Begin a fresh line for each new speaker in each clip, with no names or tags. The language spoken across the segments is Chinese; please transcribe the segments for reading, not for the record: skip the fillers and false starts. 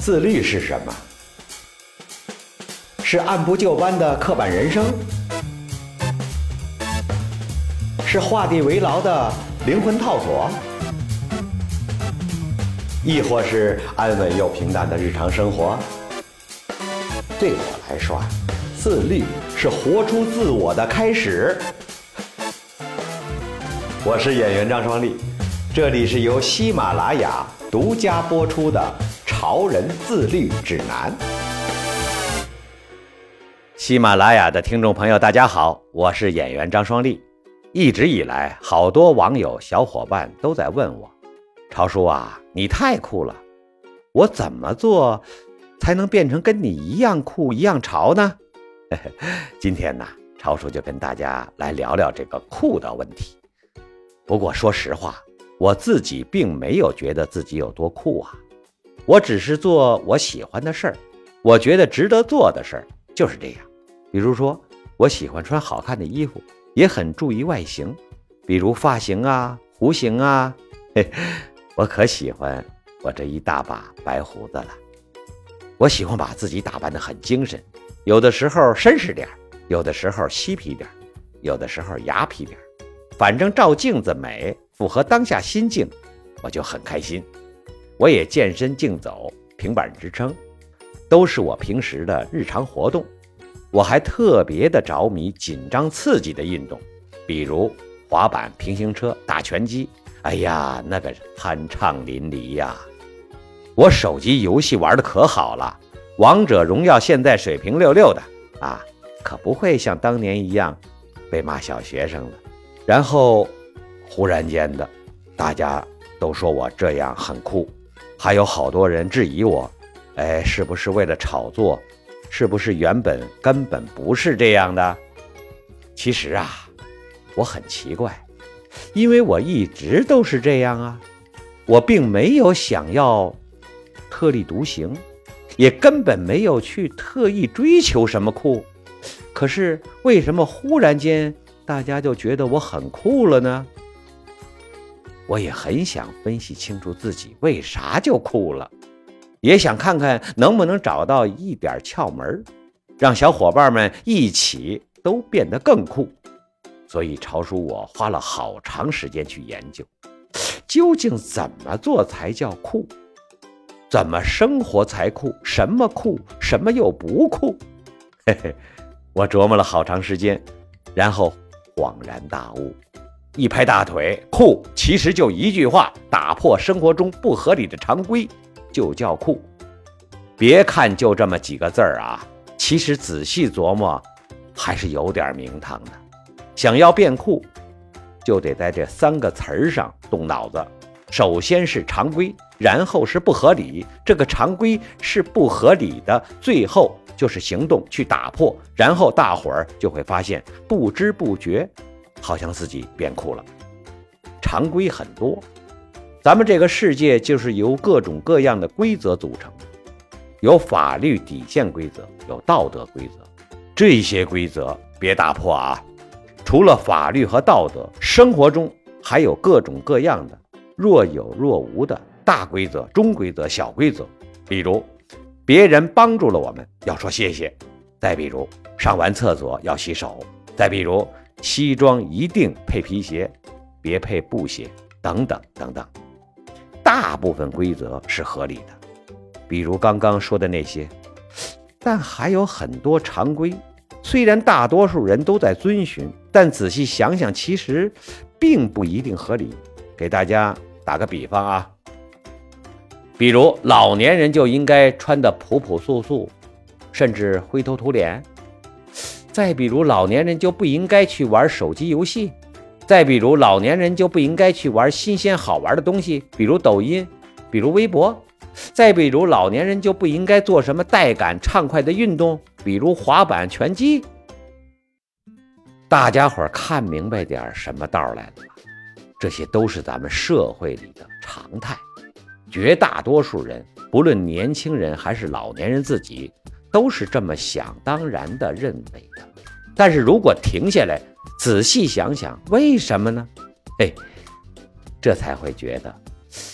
自律是什么？是按部就班的刻板人生？是画地为牢的灵魂套索？亦或是安稳又平淡的日常生活？对我来说，自律是活出自我的开始。我是演员张双立，这里是由喜马拉雅独家播出的《潮人自律指南》。喜马拉雅的听众朋友大家好，我是演员张双立。一直以来，好多网友小伙伴都在问我，潮叔啊，你太酷了，我怎么做才能变成跟你一样酷一样潮呢？今天呢，潮叔就跟大家来聊聊这个酷的问题。不过说实话，我自己并没有觉得自己有多酷啊，我只是做我喜欢的事儿，我觉得值得做的事儿，就是这样。比如说，我喜欢穿好看的衣服，也很注意外形，比如发型啊、弧形啊，我可喜欢我这一大把白胡子了。我喜欢把自己打扮得很精神，有的时候绅士点，有的时候嬉皮点，有的时候雅痞点，反正照镜子美，符合当下心境，我就很开心。我也健身竞走、平板支撑，都是我平时的日常活动。我还特别的着迷紧张刺激的运动，比如滑板、平行车、打拳击，哎呀，那个酣畅淋漓呀！我手机游戏玩得可好了，王者荣耀现在水平66的啊，可不会像当年一样被骂小学生了。然后忽然间的，大家都说我这样很酷，还有好多人质疑我，是不是为了炒作？是不是原本根本不是这样的？其实啊，我很奇怪，因为我一直都是这样啊，我并没有想要特立独行，也根本没有去特意追求什么酷。可是为什么忽然间大家就觉得我很酷了呢？我也很想分析清楚自己为啥就酷了，也想看看能不能找到一点窍门，让小伙伴们一起都变得更酷。所以潮叔我花了好长时间去研究，究竟怎么做才叫酷，怎么生活才酷，什么酷，什么又不酷。我琢磨了好长时间，然后恍然大悟，一拍大腿，酷其实就一句话，打破生活中不合理的常规，就叫酷。别看就这么几个字儿啊，其实仔细琢磨还是有点名堂的。想要变酷，就得在这3个词儿上动脑子。首先是常规，然后是不合理，这个常规是不合理的，最后就是行动去打破，然后大伙儿就会发现，不知不觉好像自己变酷了。常规很多，咱们这个世界就是由各种各样的规则组成的，有法律底线规则，有道德规则，这些规则别打破啊！除了法律和道德，生活中还有各种各样的若有若无的大规则、中规则、小规则。比如别人帮助了我们，要说谢谢；再比如上完厕所要洗手；再比如西装一定配皮鞋，别配布鞋，等等等等。大部分规则是合理的，比如刚刚说的那些，但还有很多常规，虽然大多数人都在遵循，但仔细想想，其实并不一定合理。给大家打个比方啊，比如老年人就应该穿得朴朴素素，甚至灰头土脸；再比如老年人就不应该去玩手机游戏；再比如老年人就不应该去玩新鲜好玩的东西，比如抖音，比如微博；再比如老年人就不应该做什么带感畅快的运动，比如滑板、拳击。大家伙儿看明白点什么道来了吧？这些都是咱们社会里的常态，绝大多数人，不论年轻人还是老年人自己，都是这么想当然的认为的。但是如果停下来仔细想想，为什么呢？这才会觉得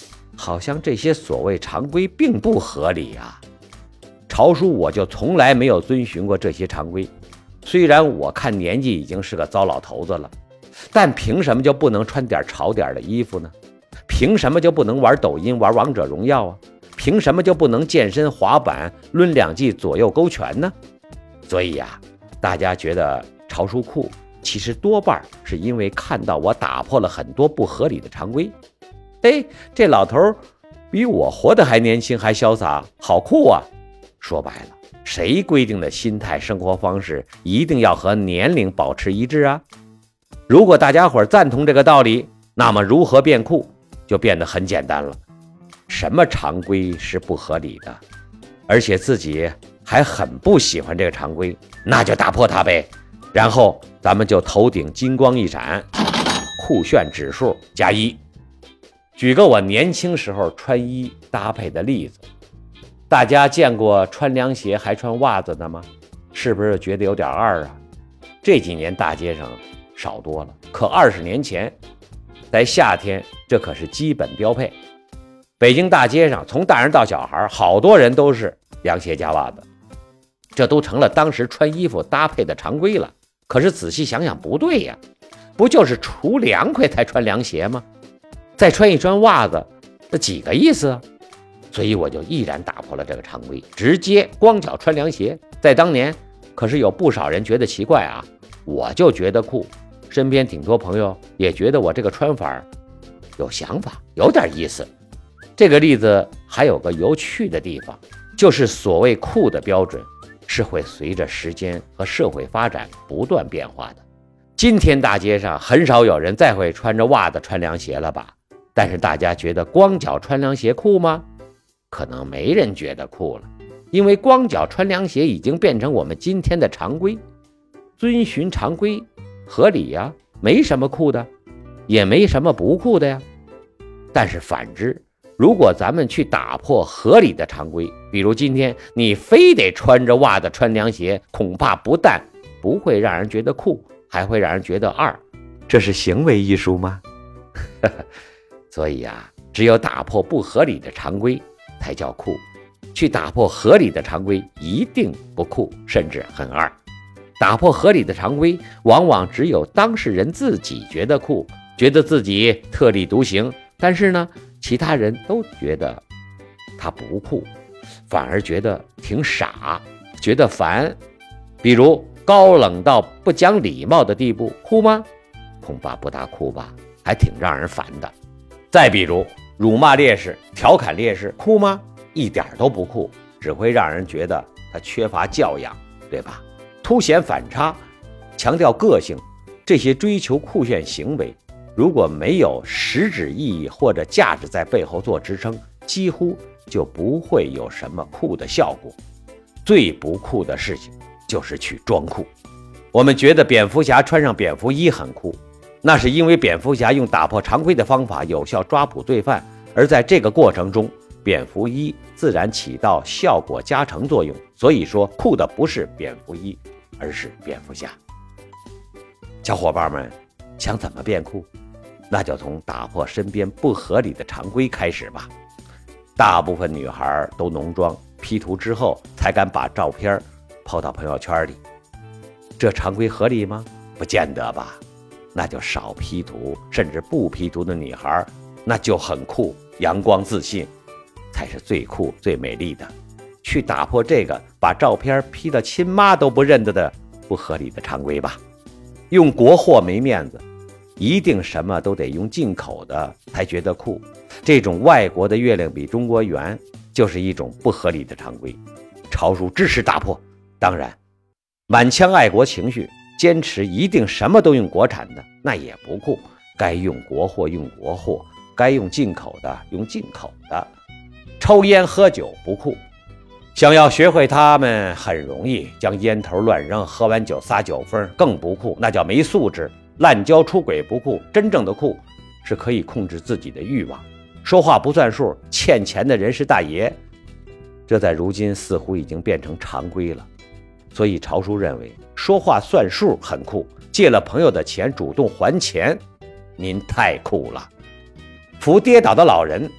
好像这些所谓常规并不合理啊。朝叔我就从来没有遵循过这些常规，虽然我看年纪已经是个糟老头子了，但凭什么就不能穿点潮点的衣服呢？凭什么就不能玩抖音玩王者荣耀啊？凭什么就不能健身滑板抡2记左右勾拳呢？所以呀，大家觉得朝叔酷，其实多半是因为看到我打破了很多不合理的常规。这老头比我活得还年轻还潇洒，好酷啊。说白了，谁规定的心态生活方式一定要和年龄保持一致啊？如果大家伙赞同这个道理，那么如何变酷就变得很简单了。什么常规是不合理的，而且自己还很不喜欢这个常规，那就打破它呗。然后咱们就头顶金光一闪，酷炫指数+1。举个我年轻时候穿衣搭配的例子，大家见过穿凉鞋还穿袜子的吗？是不是觉得有点二啊？这几年大街上少多了，可20年前在夏天这可是基本标配。北京大街上从大人到小孩，好多人都是凉鞋加袜子，这都成了当时穿衣服搭配的常规了。可是仔细想想不对呀，不就是除凉快才穿凉鞋吗？再穿一双袜子，那几个意思啊？所以我就毅然打破了这个常规，直接光脚穿凉鞋。在当年可是有不少人觉得奇怪啊，我就觉得酷，身边挺多朋友也觉得我这个穿法有想法，有点意思。这个例子还有个有趣的地方，就是所谓酷的标准是会随着时间和社会发展不断变化的。今天大街上很少有人再会穿着袜子穿凉鞋了吧？但是大家觉得光脚穿凉鞋酷吗？可能没人觉得酷了，因为光脚穿凉鞋已经变成我们今天的常规。遵循常规合理呀，没什么酷的，也没什么不酷的呀。但是反之，如果咱们去打破合理的常规，比如今天你非得穿着袜子穿凉鞋，恐怕不但不会让人觉得酷，还会让人觉得二。这是行为艺术吗？所以啊，只有打破不合理的常规才叫酷，去打破合理的常规一定不酷，甚至很二。打破合理的常规，往往只有当事人自己觉得酷，觉得自己特立独行，但是呢，其他人都觉得他不酷，反而觉得挺傻，觉得烦。比如高冷到不讲礼貌的地步，酷吗？恐怕不大酷吧，还挺让人烦的。再比如辱骂烈士、调侃烈士，酷吗？一点都不酷，只会让人觉得他缺乏教养，对吧？凸显反差，强调个性，这些追求酷炫行为，如果没有实质意义或者价值在背后做支撑，几乎就不会有什么酷的效果。最不酷的事情就是去装酷。我们觉得蝙蝠侠穿上蝙蝠衣很酷，那是因为蝙蝠侠用打破常规的方法有效抓捕罪犯，而在这个过程中，蝙蝠衣自然起到效果加成作用。所以说，酷的不是蝙蝠衣，而是蝙蝠侠。小伙伴们，想怎么变酷？那就从打破身边不合理的常规开始吧。大部分女孩都浓妆 P 图之后才敢把照片抛到朋友圈里，这常规合理吗？不见得吧。那就少 P 图，甚至不 P 图的女孩，那就很酷，阳光自信，才是最酷最美丽的。去打破这个把照片 P 到亲妈都不认得的不合理的常规吧。用国货没面子，一定什么都得用进口的才觉得酷，这种外国的月亮比中国圆就是一种不合理的常规。朝叔支持打破，当然满腔爱国情绪，坚持一定什么都用国产的，那也不酷。该用国货用国货，该用进口的用进口的。抽烟喝酒不酷，想要学会他们很容易，将烟头乱扔，喝完酒撒酒疯更不酷，那叫没素质。滥交出轨不酷，真正的酷是可以控制自己的欲望，说话不算数，欠钱的人是大爷。这在如今似乎已经变成常规了。所以朝叔认为说话算数很酷，借了朋友的钱主动还钱，您太酷了。扶跌倒的老人，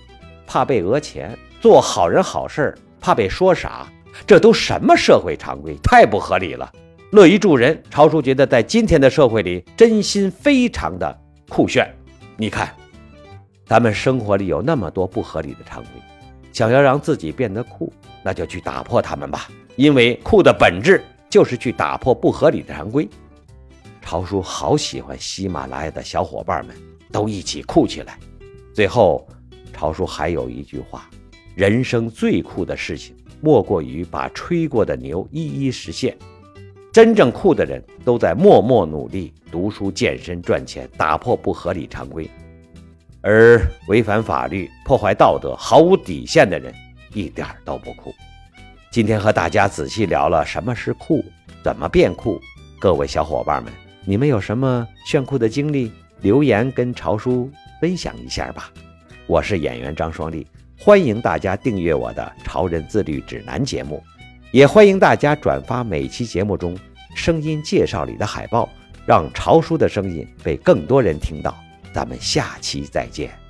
怕被讹钱，做好人好事怕被说傻，这都什么社会常规，太不合理了。乐于助人，曹叔觉得在今天的社会里真心非常的酷炫。你看咱们生活里有那么多不合理的常规，想要让自己变得酷，那就去打破它们吧，因为酷的本质就是去打破不合理的常规。曹叔好喜欢喜马拉雅的小伙伴们都一起酷起来。最后曹叔还有一句话，人生最酷的事情莫过于把吹过的牛一一实现。真正酷的人都在默默努力读书健身赚钱，打破不合理常规，而违反法律破坏道德毫无底线的人一点都不酷。今天和大家仔细聊了什么是酷，怎么变酷。各位小伙伴们，你们有什么炫酷的经历，留言跟曹叔分享一下吧。我是演员张双立，欢迎大家订阅我的潮人自律指南节目，也欢迎大家转发每期节目中声音介绍里的海报，让曹叔的声音被更多人听到。咱们下期再见。